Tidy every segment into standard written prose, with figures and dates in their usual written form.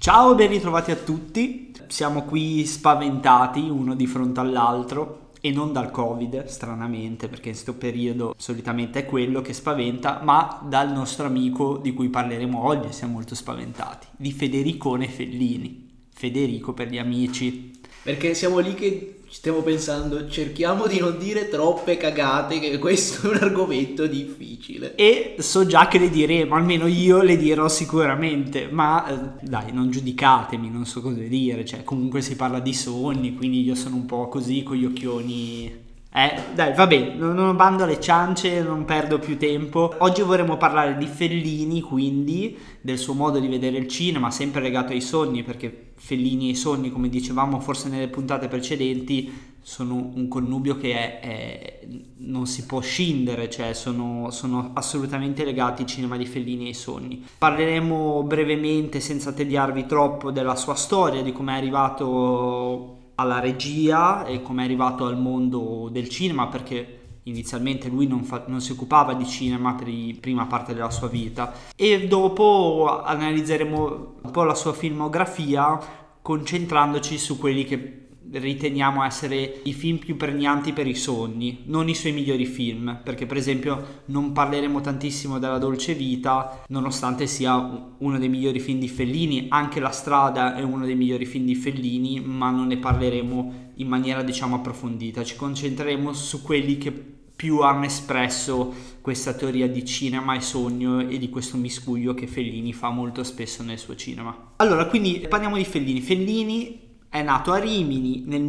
Ciao, ben ritrovati a tutti. Siamo qui spaventati uno di fronte all'altro e non dal Covid, stranamente, perché in questo periodo solitamente è quello che spaventa, ma dal nostro amico di cui parleremo oggi siamo molto spaventati, di Federicone Fellini. Federico per gli amici. Perché siamo lì che stiamo pensando, cerchiamo di non dire troppe cagate, che questo è un argomento difficile. E so già che le diremo, almeno io le dirò sicuramente, ma dai, non giudicatemi, non so cosa dire, cioè comunque si parla di sogni, quindi io sono un po' così con gli occhioni. Dai, vabbè, non bando alle ciance, non perdo più tempo. Oggi vorremmo parlare di Fellini, quindi del suo modo di vedere il cinema, sempre legato ai sogni, perché Fellini e i sogni, come dicevamo forse nelle puntate precedenti, sono un connubio che non si può scindere, cioè sono assolutamente legati il cinema di Fellini e i sogni. Parleremo brevemente, senza tediarvi troppo, della sua storia, di come è arrivato alla regia e come è arrivato al mondo del cinema, perché inizialmente lui non si occupava di cinema per la prima parte della sua vita, e dopo analizzeremo un po' la sua filmografia concentrandoci su quelli che riteniamo essere i film più pregnanti per i sogni, non i suoi migliori film, perché per esempio non parleremo tantissimo della Dolce Vita, nonostante sia uno dei migliori film di Fellini. Anche La Strada è uno dei migliori film di Fellini, ma non ne parleremo in maniera approfondita, ci concentreremo su quelli che più hanno espresso questa teoria di cinema e sogno e di questo miscuglio che Fellini fa molto spesso nel suo cinema. Allora, quindi parliamo di Fellini. Fellini è nato a Rimini nel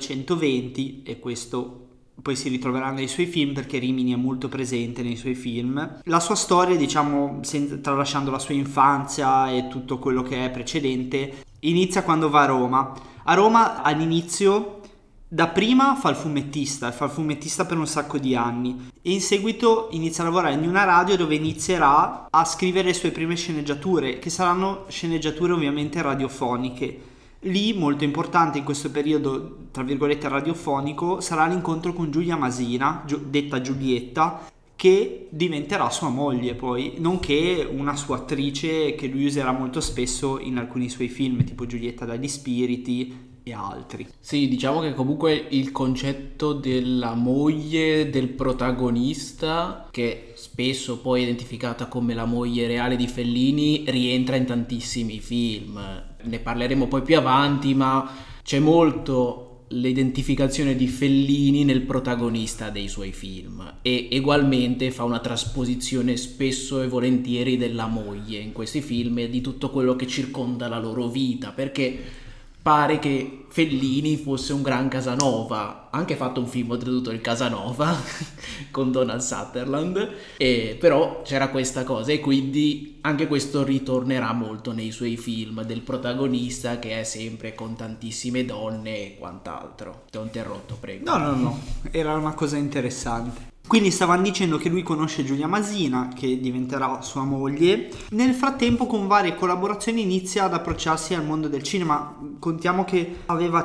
1920 e questo poi si ritroverà nei suoi film, perché Rimini è molto presente nei suoi film. La sua storia, tralasciando la sua infanzia e tutto quello che è precedente, inizia quando va a Roma. A Roma all'inizio dapprima fa il fumettista per un sacco di anni e in seguito inizia a lavorare in una radio dove inizierà a scrivere le sue prime sceneggiature, che saranno sceneggiature ovviamente radiofoniche. Lì, molto importante in questo periodo, tra virgolette, radiofonico, sarà l'incontro con Giulia Masina, detta Giulietta, che diventerà sua moglie poi, nonché una sua attrice che lui userà molto spesso in alcuni suoi film, tipo Giulietta dagli Spiriti e altri. Sì, diciamo che comunque il concetto della moglie del protagonista, che spesso poi è identificata come la moglie reale di Fellini, rientra in tantissimi film. Ne parleremo poi più avanti, ma c'è molto l'identificazione di Fellini nel protagonista dei suoi film e ugualmente fa una trasposizione spesso e volentieri della moglie in questi film e di tutto quello che circonda la loro vita, perché pare che Fellini fosse un gran Casanova, ha anche fatto un film oltretutto il Casanova con Donald Sutherland, però c'era questa cosa e quindi anche questo ritornerà molto nei suoi film, del protagonista che è sempre con tantissime donne e quant'altro. Ti ho interrotto, prego. No, era una cosa interessante. Quindi stavano dicendo che lui conosce Giulia Masina, che diventerà sua moglie. Nel frattempo, con varie collaborazioni, inizia ad approcciarsi al mondo del cinema. Contiamo che aveva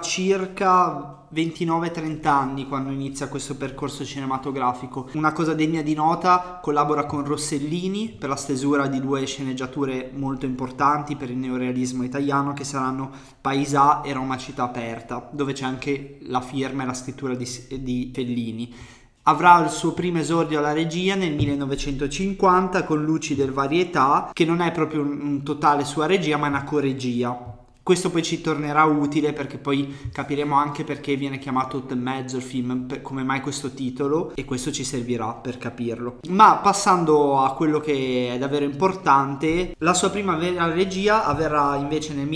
circa 29-30 anni quando inizia questo percorso cinematografico. Una cosa degna di nota: collabora con Rossellini per la stesura di due sceneggiature molto importanti per il neorealismo italiano, che saranno Paesà e Roma città aperta, dove c'è anche la firma e la scrittura di Fellini. Avrà il suo primo esordio alla regia nel 1950 con Luci del Varietà, che non è proprio un totale sua regia, ma è una coregia. Questo poi ci tornerà utile, perché poi capiremo anche perché viene chiamato 8 e mezzo il film, come mai questo titolo, e questo ci servirà per capirlo. Ma passando a quello che è davvero importante, la sua prima vera regia avverrà invece nel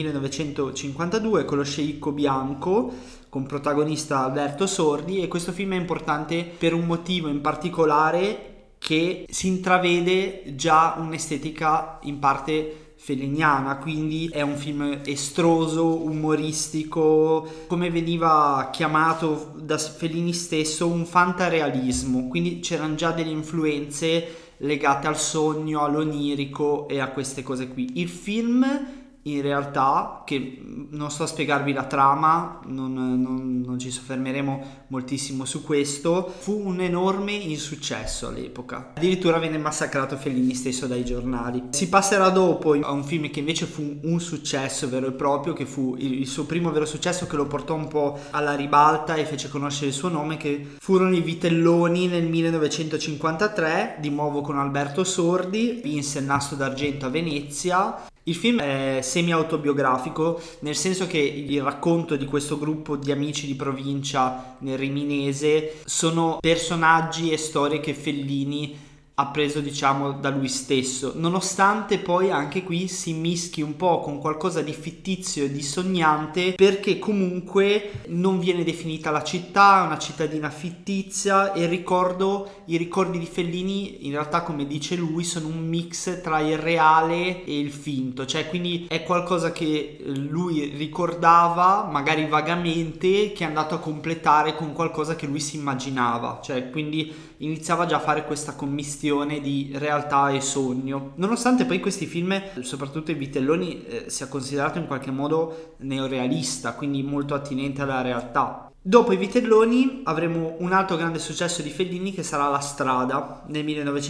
1952 con Lo sceicco bianco, con protagonista Alberto Sordi, e questo film è importante per un motivo in particolare, che si intravede già un'estetica in parte felliniana, quindi è un film estroso, umoristico, come veniva chiamato da Fellini stesso, un fantarealismo, quindi c'erano già delle influenze legate al sogno, all'onirico e a queste cose qui. Il film in realtà, che non sto a spiegarvi la trama, non ci soffermeremo moltissimo su questo, fu un enorme insuccesso all'epoca. Addirittura venne massacrato Fellini stesso dai giornali. Si passerà dopo a un film che invece fu un successo vero e proprio, che fu il suo primo vero successo, che lo portò un po' alla ribalta e fece conoscere il suo nome, che furono I Vitelloni nel 1953, di nuovo con Alberto Sordi, vinse il Nastro d'Argento a Venezia. Il film è semi-autobiografico, nel senso che il racconto di questo gruppo di amici di provincia nel Riminese sono personaggi e storie che Fellini ha preso, diciamo, da lui stesso, nonostante poi anche qui si mischi un po' con qualcosa di fittizio e di sognante, perché comunque non viene definita la città, è una cittadina fittizia, e i ricordi di Fellini in realtà, come dice lui, sono un mix tra il reale e il finto, cioè quindi è qualcosa che lui ricordava magari vagamente, che è andato a completare con qualcosa che lui si immaginava, cioè quindi iniziava già a fare questa commistione di realtà e sogno, nonostante poi questi film, soprattutto I Vitelloni, sia considerato in qualche modo neorealista, quindi molto attinente alla realtà. Dopo I Vitelloni avremo un altro grande successo di Fellini, che sarà La Strada nel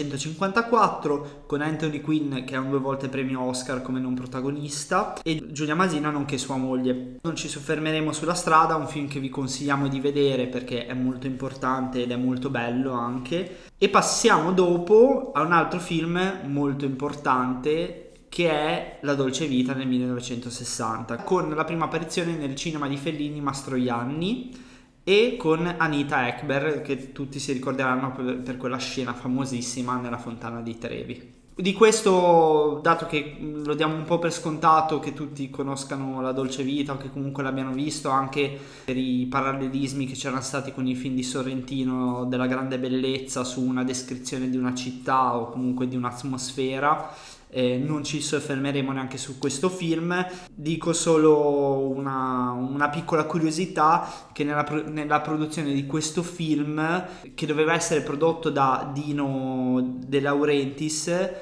1954, con Anthony Quinn, che ha un 2 volte premio Oscar come non protagonista, e Giulia Masina nonché sua moglie. Non ci soffermeremo sulla Strada, un film che vi consigliamo di vedere perché è molto importante ed è molto bello anche. E passiamo dopo a un altro film molto importante, che è La Dolce Vita nel 1960, con la prima apparizione nel cinema di Fellini Mastroianni e con Anita Ekberg, che tutti si ricorderanno per quella scena famosissima nella Fontana di Trevi. Di questo, dato che lo diamo un po' per scontato che tutti conoscano La Dolce Vita o che comunque l'abbiano visto, anche per i parallelismi che c'erano stati con i film di Sorrentino della grande bellezza su una descrizione di una città o comunque di un'atmosfera, non ci soffermeremo neanche su questo film. Dico solo una piccola curiosità, che nella produzione di questo film, che doveva essere prodotto da Dino De Laurentiis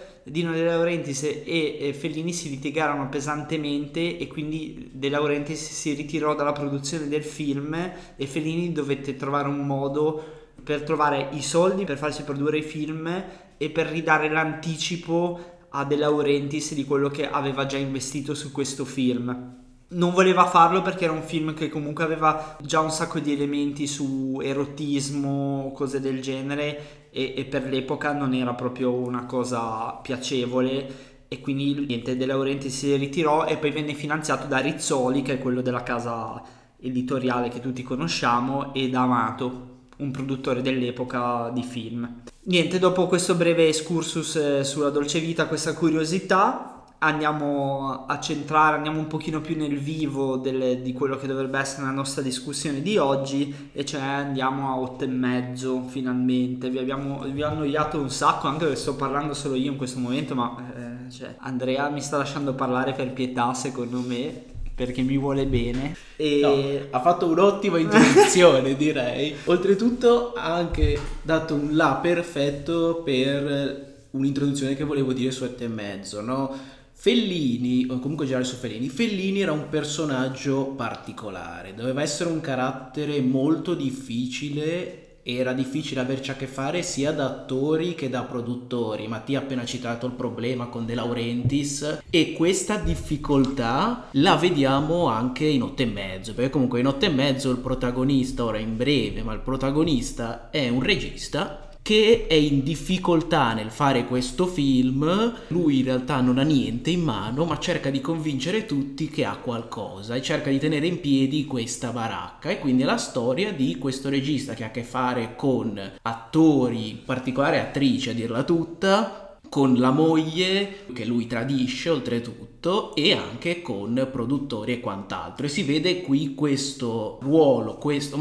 e Fellini si litigarono pesantemente, e quindi De Laurentiis si ritirò dalla produzione del film e Fellini dovette trovare un modo per trovare i soldi per farsi produrre i film e per ridare l'anticipo a De Laurentiis di quello che aveva già investito su questo film. Non voleva farlo perché era un film che comunque aveva già un sacco di elementi su erotismo, cose del genere, e per l'epoca non era proprio una cosa piacevole, e quindi niente, De Laurentiis si ritirò e poi venne finanziato da Rizzoli, che è quello della casa editoriale che tutti conosciamo, e da Amato, un produttore dell'epoca di film. Niente, dopo questo breve excursus sulla Dolce Vita, questa curiosità, andiamo un pochino più nel vivo di quello che dovrebbe essere la nostra discussione di oggi, e cioè andiamo a 8 e mezzo finalmente. Vi ho annoiato un sacco, anche perché sto parlando solo io in questo momento, ma Andrea mi sta lasciando parlare per pietà, secondo me, perché mi vuole bene. No, ha fatto un'ottima introduzione, direi. Oltretutto ha anche dato un là perfetto per un'introduzione che volevo dire su 8 e mezzo, no? Fellini, o comunque girare su Fellini era un personaggio particolare, doveva essere un carattere molto difficile. Era difficile averci a che fare sia da attori che da produttori. Mattia ha appena citato il problema con De Laurentiis, e questa difficoltà la vediamo anche in 8 e mezzo, perché comunque in 8 e mezzo il protagonista, ora in breve, ma il protagonista è un regista che è in difficoltà nel fare questo film. Lui in realtà non ha niente in mano, ma cerca di convincere tutti che ha qualcosa e cerca di tenere in piedi questa baracca, e quindi è la storia di questo regista che ha a che fare con attori, in particolare attrici a dirla tutta, con la moglie che lui tradisce oltretutto, e anche con produttori e quant'altro, e si vede qui questo ruolo,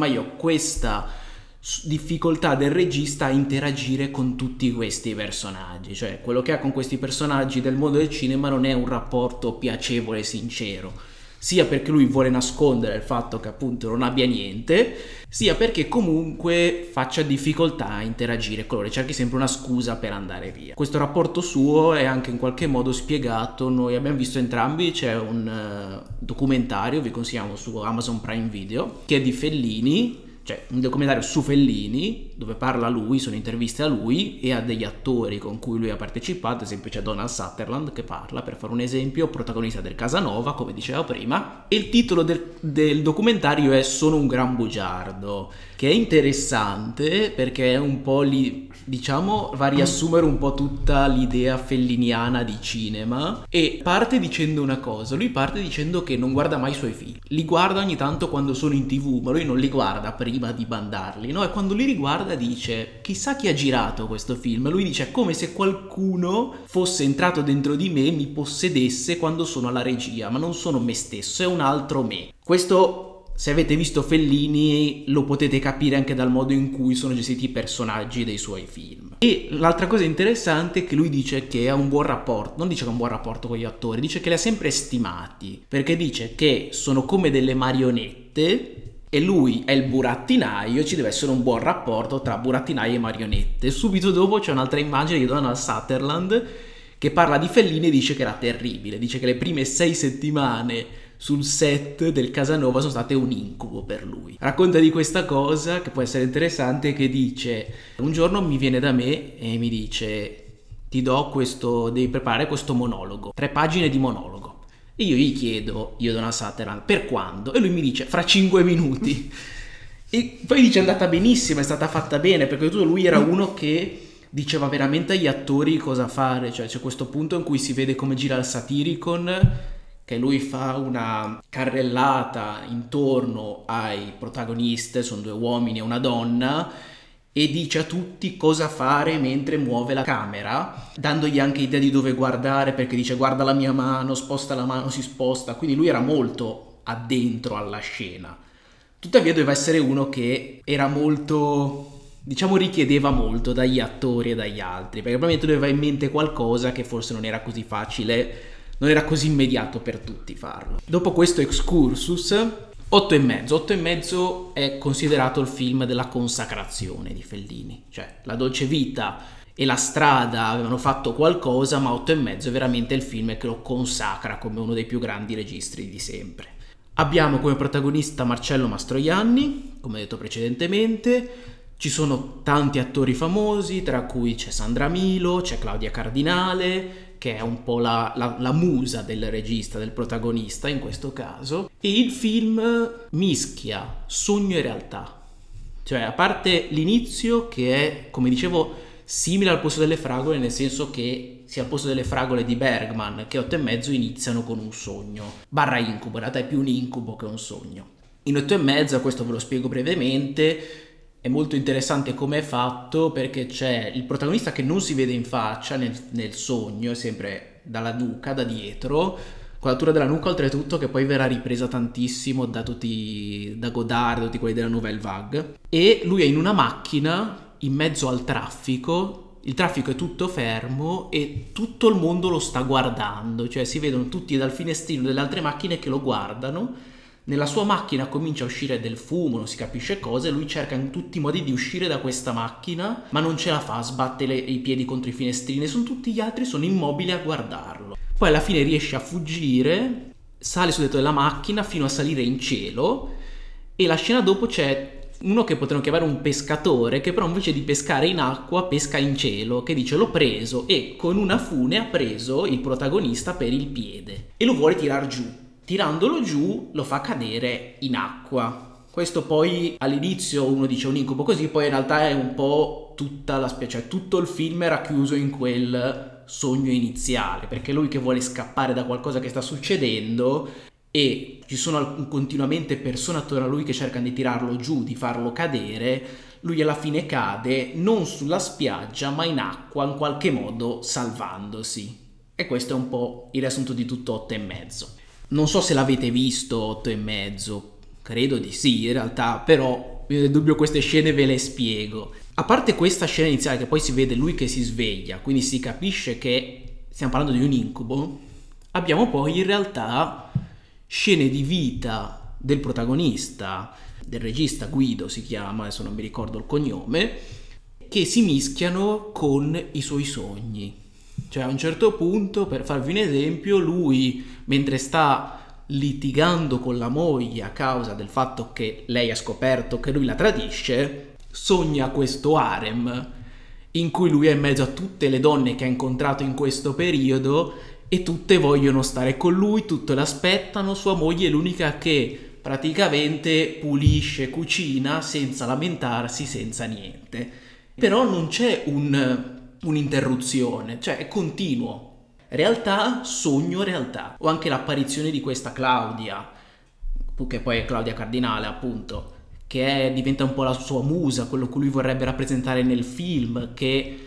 questa difficoltà del regista a interagire con tutti questi personaggi. Cioè, quello che ha con questi personaggi del mondo del cinema non è un rapporto piacevole e sincero. sia perché lui vuole nascondere il fatto che appunto non abbia niente, sia perché comunque faccia difficoltà a interagire con loro, cerchi sempre una scusa per andare via. Questo rapporto suo è anche in qualche modo spiegato, noi abbiamo visto entrambi, c'è un documentario, vi consigliamo, su Amazon Prime Video, che è di Fellini, cioè un documentario su Fellini dove parla lui, sono interviste a lui e a degli attori con cui lui ha partecipato, ad esempio c'è Donald Sutherland che parla, per fare un esempio, protagonista del Casanova, come dicevo prima, e il titolo del documentario è Sono un gran bugiardo, che è interessante perché è un po' lì, diciamo, va a riassumere un po' tutta l'idea felliniana di cinema, e parte dicendo una cosa, lui parte dicendo che non guarda mai i suoi film, li guarda ogni tanto quando sono in TV, ma lui non li guarda prima di mandarli, no? E quando li riguarda dice chissà chi ha girato questo film, lui dice è come se qualcuno fosse entrato dentro di me e mi possedesse quando sono alla regia, ma non sono me stesso, è un altro me. Questo, se avete visto Fellini, lo potete capire anche dal modo in cui sono gestiti i personaggi dei suoi film. E l'altra cosa interessante è che lui dice che ha un buon rapporto, non dice che ha un buon rapporto con gli attori, dice che li ha sempre stimati, perché dice che sono come delle marionette e lui è il burattinaio, ci deve essere un buon rapporto tra burattinaio e marionette. Subito dopo c'è un'altra immagine di Donald Sutherland che parla di Fellini e dice che era terribile, dice che le prime 6 settimane sul set del Casanova sono state un incubo per lui. Racconta di questa cosa che può essere interessante, che dice: un giorno mi viene da me e mi dice ti do questo, devi preparare questo monologo, 3 pagine di monologo. E io gli chiedo, io Donald Sutherland, per quando? E lui mi dice fra 5 minuti. E poi dice è andata benissimo, è stata fatta bene, perché lui era uno che diceva veramente agli attori cosa fare, cioè c'è questo punto in cui si vede come gira il Satyricon, che lui fa una carrellata intorno ai protagonisti, sono 2 uomini e una donna, e dice a tutti cosa fare mentre muove la camera, dandogli anche idea di dove guardare, perché dice guarda la mia mano, sposta la mano, si sposta, quindi lui era molto addentro alla scena. Tuttavia doveva essere uno che era molto, diciamo, richiedeva molto dagli attori e dagli altri, perché probabilmente doveva in mente qualcosa che forse non era così facile, non era così immediato per tutti farlo. Dopo questo excursus, 8,5. 8,5 è considerato il film della consacrazione di Fellini, cioè La dolce vita e La strada avevano fatto qualcosa, ma 8,5 è veramente il film che lo consacra come uno dei più grandi registi di sempre. Abbiamo come protagonista Marcello Mastroianni, come detto precedentemente, ci sono tanti attori famosi, tra cui c'è Sandra Milo, c'è Claudia Cardinale, che è un po' la musa del regista, del protagonista in questo caso, e il film mischia sogno e realtà, cioè a parte l'inizio che è, come dicevo, simile al Posto delle fragole, nel senso che sia il Posto delle fragole di Bergman che 8,5 iniziano con un sogno, barra incubo, in realtà è più un incubo che un sogno. In 8,5, questo ve lo spiego brevemente, è molto interessante come è fatto, perché c'è il protagonista che non si vede in faccia nel sogno, è sempre dalla nuca, da dietro, con l'altura della nuca oltretutto, che poi verrà ripresa tantissimo da Godard, tutti quelli della Nouvelle Vague, e lui è in una macchina in mezzo al traffico, il traffico è tutto fermo e tutto il mondo lo sta guardando, cioè si vedono tutti dal finestrino delle altre macchine che lo guardano. Nella sua macchina comincia a uscire del fumo, non si capisce cosa, e lui cerca in tutti i modi di uscire da questa macchina, ma non ce la fa, sbatte i piedi contro i finestrini, e tutti gli altri sono immobili a guardarlo. Poi alla fine riesce a fuggire, sale sul tetto della macchina fino a salire in cielo, e la scena dopo c'è uno che potremmo chiamare un pescatore, che però invece di pescare in acqua pesca in cielo, che dice l'ho preso, e con una fune ha preso il protagonista per il piede e lo vuole tirar giù. Tirandolo giù lo fa cadere in acqua. Questo poi all'inizio uno dice un incubo così, poi in realtà è un po' tutta la specie, cioè tutto il film era chiuso in quel sogno iniziale, perché lui che vuole scappare da qualcosa che sta succedendo, e ci sono continuamente persone attorno a lui che cercano di tirarlo giù, di farlo cadere, lui alla fine cade non sulla spiaggia ma in acqua, in qualche modo salvandosi. E questo è un po' il riassunto di tutto 8,5. Non so se l'avete visto 8,5, credo di sì in realtà, però nel dubbio queste scene ve le spiego. A parte questa scena iniziale che poi si vede lui che si sveglia, quindi si capisce che stiamo parlando di un incubo, abbiamo poi in realtà scene di vita del protagonista, del regista Guido si chiama, adesso non mi ricordo il cognome, che si mischiano con i suoi sogni. Cioè a un certo punto, per farvi un esempio, lui mentre sta litigando con la moglie a causa del fatto che lei ha scoperto che lui la tradisce, sogna questo harem in cui lui è in mezzo a tutte le donne che ha incontrato in questo periodo e tutte vogliono stare con lui, tutte l'aspettano, sua moglie è l'unica che praticamente pulisce, cucina senza lamentarsi, senza niente. Però non c'è un'interruzione, cioè è continuo. Realtà, sogno, realtà. O anche l'apparizione di questa Claudia, che poi è Claudia Cardinale appunto, che diventa un po' la sua musa, quello che lui vorrebbe rappresentare nel film, che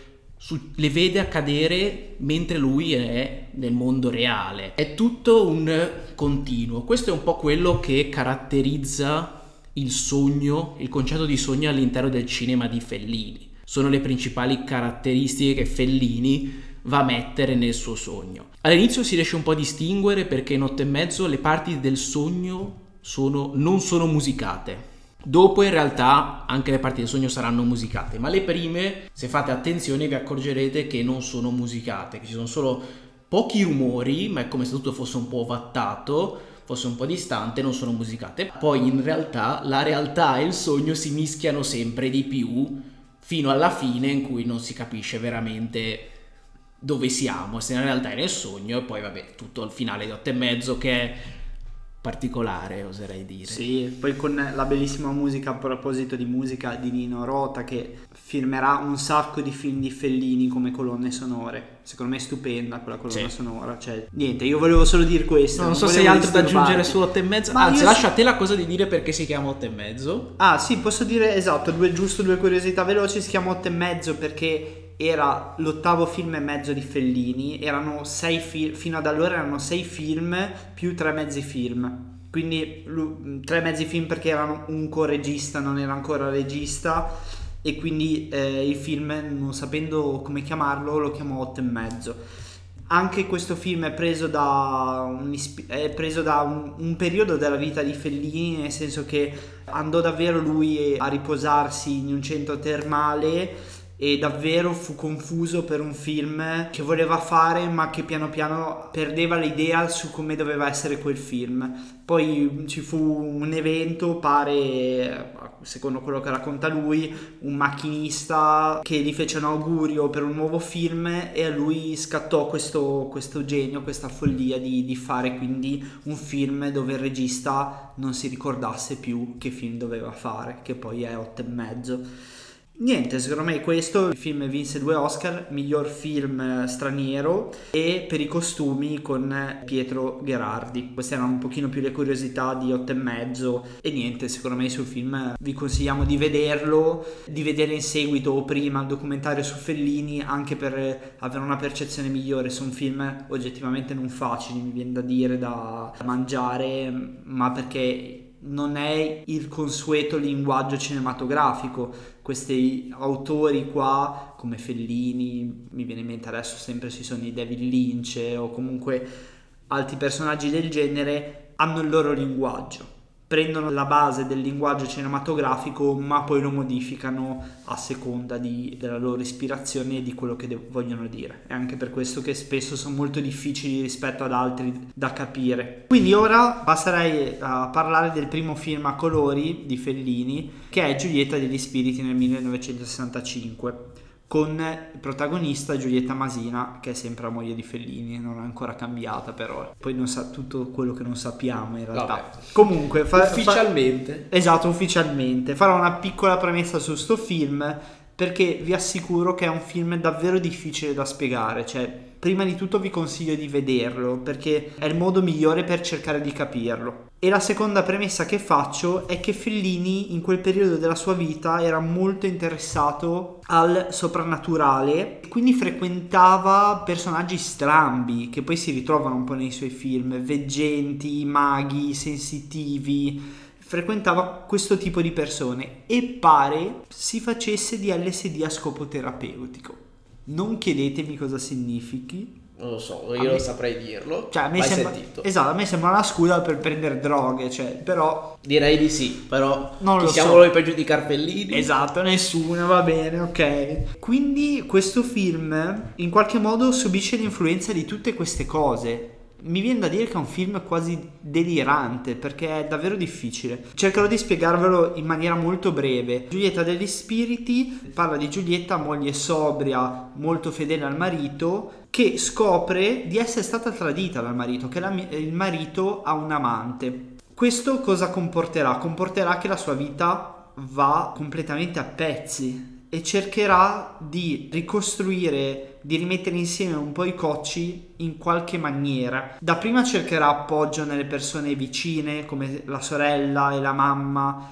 le vede accadere mentre lui è nel mondo reale. È tutto un continuo. Questo è un po' quello che caratterizza il sogno, il concetto di sogno all'interno del cinema di Fellini. Sono le principali caratteristiche che Fellini va a mettere nel suo sogno. All'inizio si riesce un po' a distinguere perché in 8 e mezzo le parti del sogno non sono musicate. Dopo in realtà anche le parti del sogno saranno musicate, ma le prime, se fate attenzione, vi accorgerete che non sono musicate, che ci sono solo pochi rumori, ma è come se tutto fosse un po' ovattato, fosse un po' distante, non sono musicate. Poi in realtà la realtà e il sogno si mischiano sempre di più fino alla fine in cui non si capisce veramente dove siamo, se in realtà è nel sogno, e poi vabbè tutto il finale di 8 e mezzo che è particolare, oserei dire. Sì, poi con la bellissima musica, a proposito di musica, di Nino Rota, che firmerà un sacco di film di Fellini come colonne sonore. Secondo me è stupenda quella colonna sonora, cioè niente, io volevo solo dire questo. Non so se hai altro da aggiungere su 8 e mezzo. Anzi, lascio a te la cosa di dire perché si chiama 8 e mezzo. Ah sì, posso dire, esatto, due curiosità veloci. Si chiama 8 e mezzo perché era l'8º film e mezzo di Fellini, erano 6 film, fino ad allora erano 6 film più 3 mezzi film, quindi 3 mezzi film perché erano un co-regista, non era ancora regista, e quindi il film, non sapendo come chiamarlo, lo chiamò 8 e mezzo. Anche questo film è preso da un periodo della vita di Fellini, nel senso che andò davvero lui a riposarsi in un centro termale e davvero fu confuso per un film che voleva fare, ma che piano piano perdeva l'idea su come doveva essere quel film. Poi ci fu un evento, pare, secondo quello che racconta lui, un macchinista che gli fece un augurio per un nuovo film e a lui scattò questo genio, questa follia di fare quindi un film dove il regista non si ricordasse più che film doveva fare, che poi è 8 e mezzo. Niente, secondo me questo, il film vinse 2 Oscar, miglior film straniero e per i costumi con Pietro Gherardi. Queste erano un pochino più le curiosità di 8 e mezzo e niente, secondo me sul film vi consigliamo di vederlo, di vedere in seguito o prima il documentario su Fellini, anche per avere una percezione migliore. Sono film oggettivamente non facili, mi viene da dire, da mangiare, ma perché non è il consueto linguaggio cinematografico. Questi autori qua come Fellini, mi viene in mente adesso sempre ci sono i David Lynch o comunque altri personaggi del genere, hanno il loro linguaggio, prendono la base del linguaggio cinematografico ma poi lo modificano a seconda della loro ispirazione e di quello che vogliono dire. È anche per questo che spesso sono molto difficili rispetto ad altri da capire. Quindi ora passerei a parlare del primo film a colori di Fellini, che è Giulietta degli Spiriti nel 1965, con il protagonista Giulietta Masina, che è sempre la moglie di Fellini, non è ancora cambiata però. Poi non sa tutto quello che non sappiamo in realtà. Vabbè. Comunque Ufficialmente. Esatto, ufficialmente. Farò una piccola premessa su sto film perché vi assicuro che è un film davvero difficile da spiegare. Cioè, prima di tutto vi consiglio di vederlo perché è il modo migliore per cercare di capirlo. E la seconda premessa che faccio è che Fellini in quel periodo della sua vita era molto interessato al soprannaturale, quindi frequentava personaggi strambi che poi si ritrovano un po' nei suoi film, veggenti, maghi, sensitivi. Frequentava questo tipo di persone e pare si facesse di LSD a scopo terapeutico. Non chiedetemi cosa significhi, Non lo so, io non saprei dirlo. Cioè, a me L'hai sembra, sentito? esatto, a me sembra una scusa per prendere droghe, cioè, però Direi di sì, però non chi lo siamo so. noi per giudicare Fellini? Esatto, nessuno, va bene, ok. Quindi questo film in qualche modo subisce l'influenza di tutte queste cose. Mi viene da dire che è un film quasi delirante perché è davvero difficile. Cercherò di spiegarvelo in maniera molto breve. Giulietta degli Spiriti parla di Giulietta, moglie sobria, molto fedele al marito, che scopre di essere stata tradita dal marito, che il marito ha un amante. Questo cosa comporterà? Comporterà che la sua vita va completamente a pezzi e cercherà di ricostruire, di rimettere insieme un po' i cocci in qualche maniera. Dapprima cercherà appoggio nelle persone vicine come la sorella e la mamma,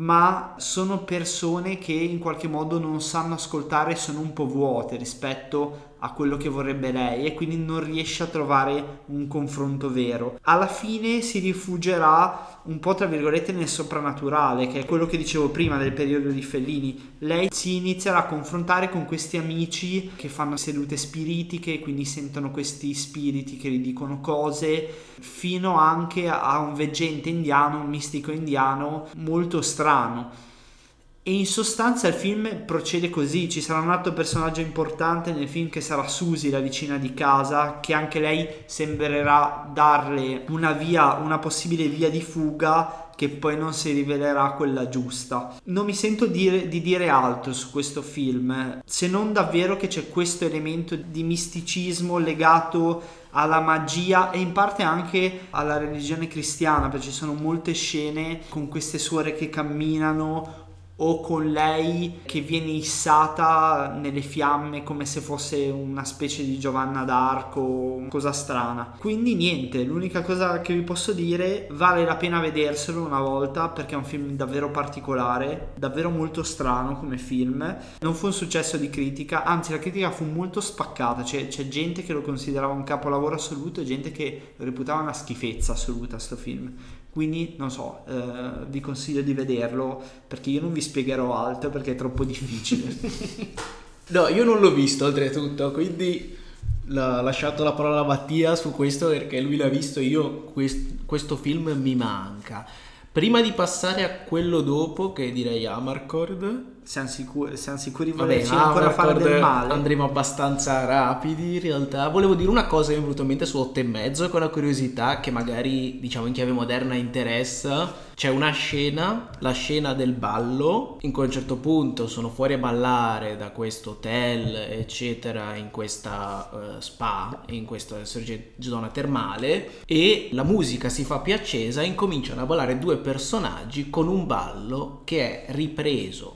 ma sono persone che in qualche modo non sanno ascoltare, sono un po' vuote rispetto a quello che vorrebbe lei e quindi non riesce a trovare un confronto vero. Alla fine si rifugierà un po' tra virgolette nel soprannaturale, che è quello che dicevo prima del periodo di Fellini. Lei si inizierà a confrontare con questi amici che fanno sedute spiritiche, quindi sentono questi spiriti che gli dicono cose, fino anche a un veggente indiano, un mistico indiano molto strano. E in sostanza il film procede così. Ci sarà un altro personaggio importante nel film che sarà Susie, la vicina di casa, che anche lei sembrerà darle una possibile via di fuga che poi non si rivelerà quella giusta. Non mi sento di dire altro su questo film, se non davvero che c'è questo elemento di misticismo legato alla magia e in parte anche alla religione cristiana, perché ci sono molte scene con queste suore che camminano o con lei che viene issata nelle fiamme come se fosse una specie di Giovanna d'Arco, cosa strana. Quindi niente, l'unica cosa che vi posso dire, vale la pena vederselo una volta perché è un film davvero particolare, davvero molto strano come film. Non fu un successo di critica, anzi la critica fu molto spaccata, c'è gente che lo considerava un capolavoro assoluto e gente che lo reputava una schifezza assoluta sto film. Quindi non so, vi consiglio di vederlo perché io non vi spiegherò altro perché è troppo difficile. No, io non l'ho visto oltretutto, quindi l'ho lasciato la parola a Mattia su questo perché lui l'ha visto, io questo film mi manca. Prima di passare a quello dopo, che direi Amarcord. Siamo sicuri di Vabbè, volerci ancora fare del male? Andremo abbastanza rapidi in realtà. Volevo dire una cosa che mi è venuta in mente su 8,5 con una curiosità che magari diciamo in chiave moderna interessa. C'è una scena, la scena del ballo, in cui a un certo punto sono fuori a ballare da questo hotel eccetera in questa spa, in questa zona termale, e la musica si fa più accesa e incominciano a ballare due personaggi con un ballo che è ripreso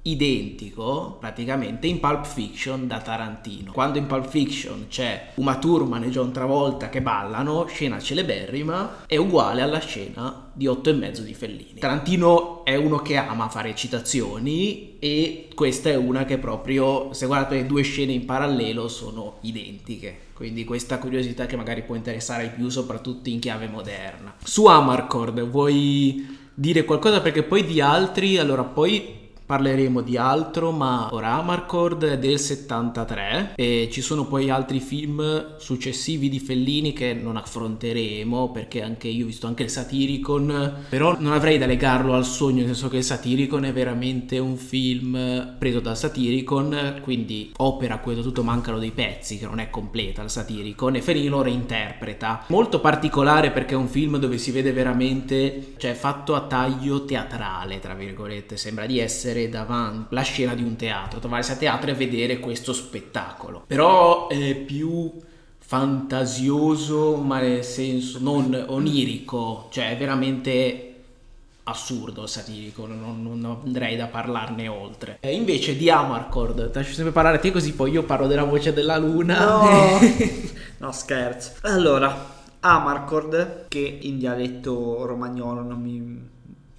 identico praticamente in Pulp Fiction da Tarantino. Quando in Pulp Fiction c'è Uma Thurman e John Travolta che ballano, scena celeberrima, è uguale alla scena di 8,5 di Fellini. Tarantino è uno che ama fare citazioni e questa è una che proprio, se guardate le due scene in parallelo, sono identiche. Quindi questa curiosità che magari può interessare ai più, soprattutto in chiave moderna. Su Amarcord vuoi dire qualcosa? Perché poi di altri, allora poi parleremo di altro, ma ora Amarcord è del 73 e ci sono poi altri film successivi di Fellini che non affronteremo perché anche io ho visto anche il Satyricon, però non avrei da legarlo al Sogno, nel senso che il Satyricon è veramente un film preso dal Satyricon, quindi opera a cui tutto mancano dei pezzi, che non è completa il Satyricon, e Fellini lo reinterpreta. Molto particolare perché è un film dove si vede veramente, cioè fatto a taglio teatrale, tra virgolette, sembra di essere davanti la scena di un teatro, trovarsi a teatro e vedere questo spettacolo, però è più fantasioso, ma nel senso non onirico, cioè è veramente assurdo il Satirico, non andrei da parlarne oltre. E invece di Amarcord, ti lascio sempre parlare te così poi io parlo della voce della luna. No, no scherzo. Allora, Amarcord, che in dialetto romagnolo non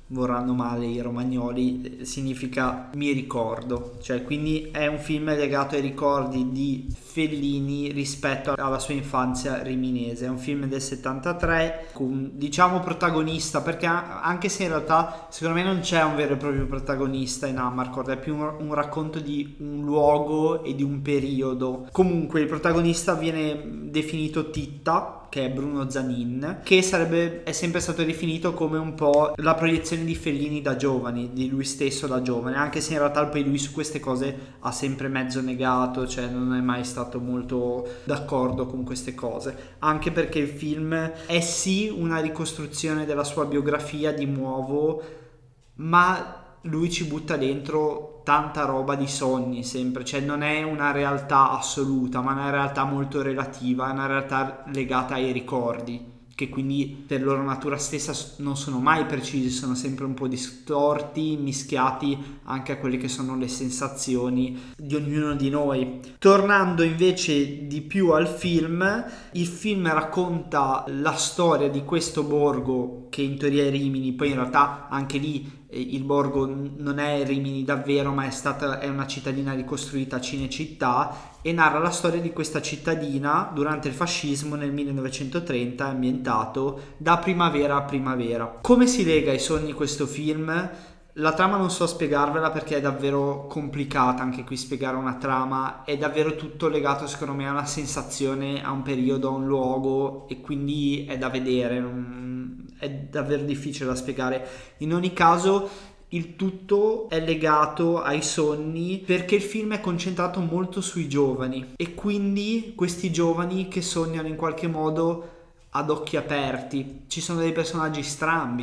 vorranno male i romagnoli, significa mi ricordo, cioè quindi è un film legato ai ricordi di Fellini rispetto alla sua infanzia riminese. È un film del 73 con, diciamo, protagonista, perché anche se in realtà secondo me non c'è un vero e proprio protagonista in Amarcord, è più un racconto di un luogo e di un periodo. Comunque il protagonista viene definito Titta, che è Bruno Zanin, che è sempre stato definito come un po' la proiezione di Fellini da giovane, di lui stesso da giovane, anche se in realtà poi lui su queste cose ha sempre mezzo negato, cioè non è mai stato molto d'accordo con queste cose, anche perché il film è sì una ricostruzione della sua biografia di nuovo, ma lui ci butta dentro tanta roba di sogni sempre, cioè non è una realtà assoluta, ma è una realtà molto relativa, è una realtà legata ai ricordi, che quindi per loro natura stessa non sono mai precisi, sono sempre un po' distorti, mischiati anche a quelle che sono le sensazioni di ognuno di noi. Tornando invece di più al film, il film racconta la storia di questo borgo che in teoria è Rimini, poi in realtà anche lì il borgo non è Rimini davvero, ma è una cittadina ricostruita a Cinecittà, e narra la storia di questa cittadina durante il fascismo nel 1930, ambientato da primavera a primavera. Come si lega ai sogni questo film? La trama non so spiegarvela perché è davvero complicata anche qui spiegare una trama, è davvero tutto legato secondo me a una sensazione, a un periodo, a un luogo, e quindi è da vedere, è davvero difficile da spiegare. In ogni caso il tutto è legato ai sogni perché il film è concentrato molto sui giovani, e quindi questi giovani che sognano in qualche modo ad occhi aperti. Ci sono dei personaggi strambi.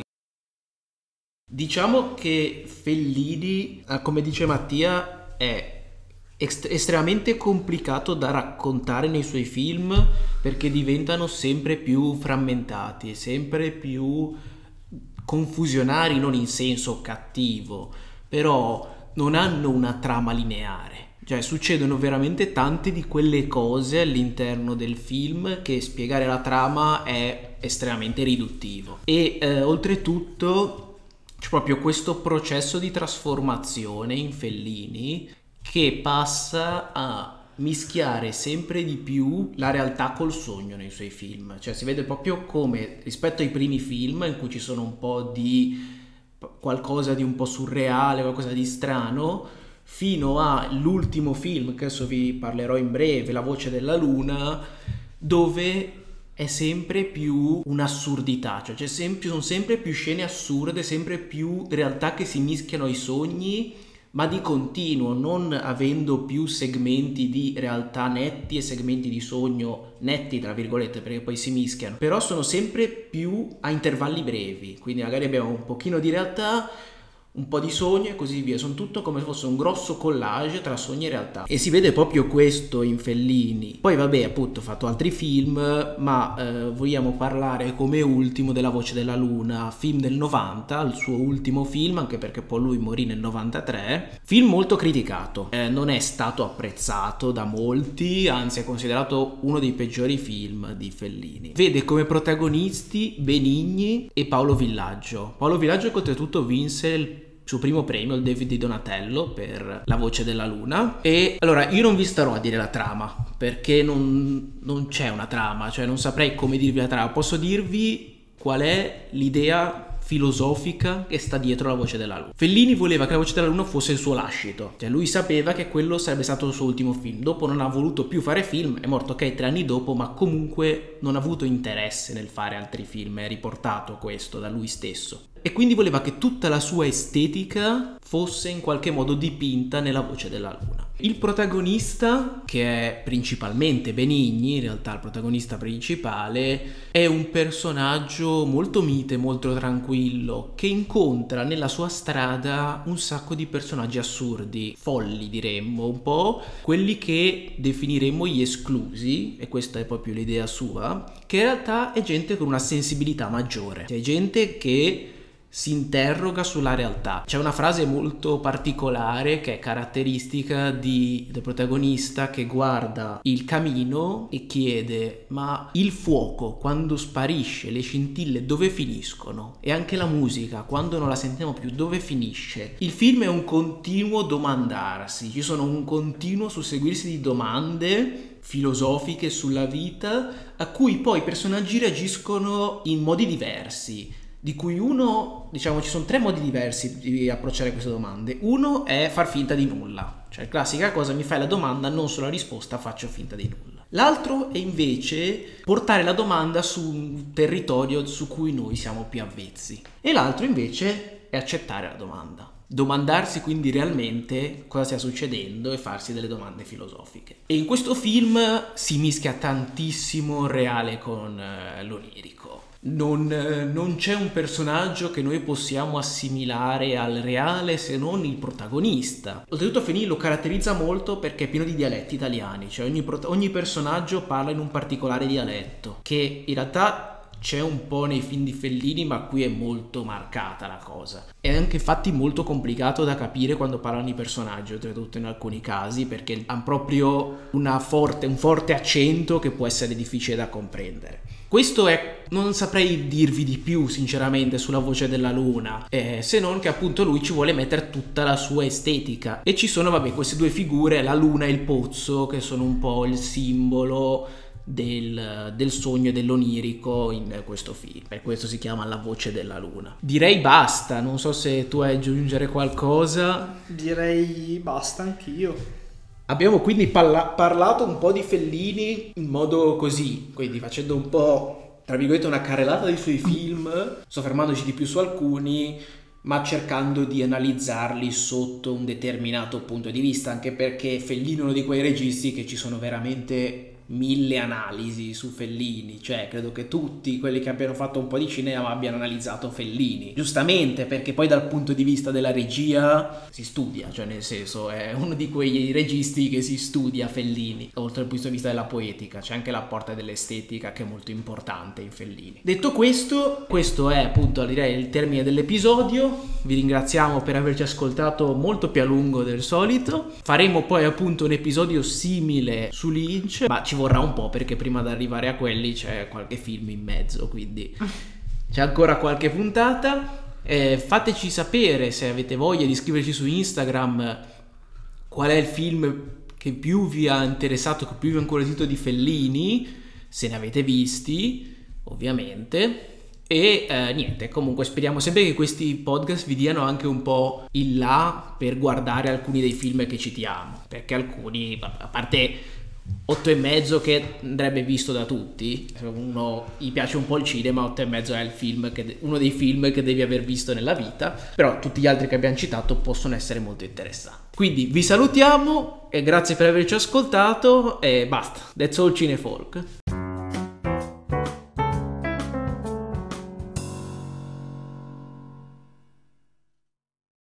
Diciamo che Fellini, come dice Mattia, è estremamente complicato da raccontare nei suoi film perché diventano sempre più frammentati, sempre più confusionari, non in senso cattivo, però non hanno una trama lineare. Cioè succedono veramente tante di quelle cose all'interno del film che spiegare la trama è estremamente riduttivo. E oltretutto c'è proprio questo processo di trasformazione in Fellini che passa a mischiare sempre di più la realtà col sogno nei suoi film. Cioè si vede proprio come rispetto ai primi film in cui ci sono un po' di qualcosa di un po' surreale, qualcosa di strano, fino all'ultimo film che adesso vi parlerò in breve, La voce della luna, dove è sempre più un'assurdità, cioè sono sempre più scene assurde, sempre più realtà che si mischiano ai sogni, ma di continuo, non avendo più segmenti di realtà netti e segmenti di sogno netti, tra virgolette, perché poi si mischiano, però sono sempre più a intervalli brevi, quindi magari abbiamo un pochino di realtà, un po' di sogno e così via, sono tutto come se fosse un grosso collage tra sogni e realtà, e si vede proprio questo in Fellini. Poi vabbè, appunto, ho fatto altri film, ma vogliamo parlare come ultimo della Voce della Luna, film del 90, il suo ultimo film, anche perché poi lui morì nel 93, film molto criticato, non è stato apprezzato da molti, anzi è considerato uno dei peggiori film di Fellini. Vede come protagonisti Benigni e Paolo Villaggio. Paolo Villaggio che oltretutto vinse il suo primo premio, il David di Donatello, per La voce della luna. E allora io non vi starò a dire la trama perché non c'è una trama, cioè non saprei come dirvi la trama, posso dirvi qual è l'idea filosofica che sta dietro La voce della luna. Fellini voleva che La voce della luna fosse il suo lascito, cioè lui sapeva che quello sarebbe stato il suo ultimo film, dopo non ha voluto più fare film, è morto 3 anni dopo, ma comunque non ha avuto interesse nel fare altri film, è riportato questo da lui stesso. E quindi voleva che tutta la sua estetica fosse in qualche modo dipinta nella voce della luna. Il protagonista, che è principalmente Benigni, in realtà il protagonista principale, è un personaggio molto mite, molto tranquillo, che incontra nella sua strada un sacco di personaggi assurdi, folli diremmo, un po' quelli che definiremmo gli esclusi, e questa è proprio l'idea sua, che in realtà è gente con una sensibilità maggiore, cioè gente che si interroga sulla realtà. C'è una frase molto particolare che è caratteristica del protagonista, che guarda il camino e chiede: ma il fuoco quando sparisce, le scintille dove finiscono? E anche la musica quando non la sentiamo più dove finisce? Il film è un continuo domandarsi, ci sono un continuo susseguirsi di domande filosofiche sulla vita, a cui poi i personaggi reagiscono in modi diversi, di cui uno, diciamo, ci sono 3 modi diversi di approcciare queste domande. Uno è far finta di nulla, cioè classica cosa: mi fai la domanda, non so la risposta, faccio finta di nulla. L'altro è invece portare la domanda su un territorio su cui noi siamo più avvezzi, e l'altro invece è accettare la domanda. Domandarsi quindi realmente cosa stia succedendo e farsi delle domande filosofiche. E in questo film si mischia tantissimo il reale con l'onirico. Non c'è un personaggio che noi possiamo assimilare al reale se non il protagonista. Oltretutto Fellini lo caratterizza molto perché è pieno di dialetti italiani, cioè ogni personaggio parla in un particolare dialetto, che in realtà c'è un po' nei film di Fellini, ma qui è molto marcata la cosa. È anche infatti molto complicato da capire quando parlano i personaggi, oltretutto in alcuni casi, perché hanno proprio un forte accento che può essere difficile da comprendere. Questo è, non saprei dirvi di più sinceramente sulla Voce della Luna, se non che appunto lui ci vuole mettere tutta la sua estetica, e ci sono queste 2 figure, la luna e il pozzo, che sono un po' il simbolo del sogno e dell'onirico in questo film. Per questo si chiama La Voce della Luna. Direi basta, non so se tu hai da aggiungere qualcosa. Direi basta anch'io. Abbiamo quindi parlato un po' di Fellini in modo così, quindi facendo un po', tra virgolette, una carrellata dei suoi film, soffermandoci di più su alcuni, ma cercando di analizzarli sotto un determinato punto di vista, anche perché Fellini è uno di quei registi che ci sono veramente 1000 analisi su Fellini, cioè credo che tutti quelli che abbiano fatto un po' di cinema abbiano analizzato Fellini, giustamente, perché poi dal punto di vista della regia si studia, cioè nel senso è uno di quei registi che si studia Fellini, oltre al punto di vista della poetica c'è anche l'apporto dell'estetica che è molto importante in Fellini. Detto questo è appunto, direi, il termine dell'episodio. Vi ringraziamo per averci ascoltato molto più a lungo del solito. Faremo poi appunto un episodio simile su Lynch, ma ci vorrà un po', perché prima di arrivare a quelli c'è qualche film in mezzo, quindi c'è ancora qualche puntata. Fateci sapere, se avete voglia, di scriverci su Instagram qual è il film che più vi ha interessato, che più vi ha incuriosito di Fellini, se ne avete visti ovviamente. E niente, comunque speriamo sempre che questi podcast vi diano anche un po' il là per guardare alcuni dei film che citiamo, perché alcuni, a parte 8,5 che andrebbe visto da tutti, se uno gli piace un po' il cinema, 8,5 è il film uno dei film che devi aver visto nella vita, però tutti gli altri che abbiamo citato possono essere molto interessanti. Quindi vi salutiamo e grazie per averci ascoltato e basta, that's all Cinefolk.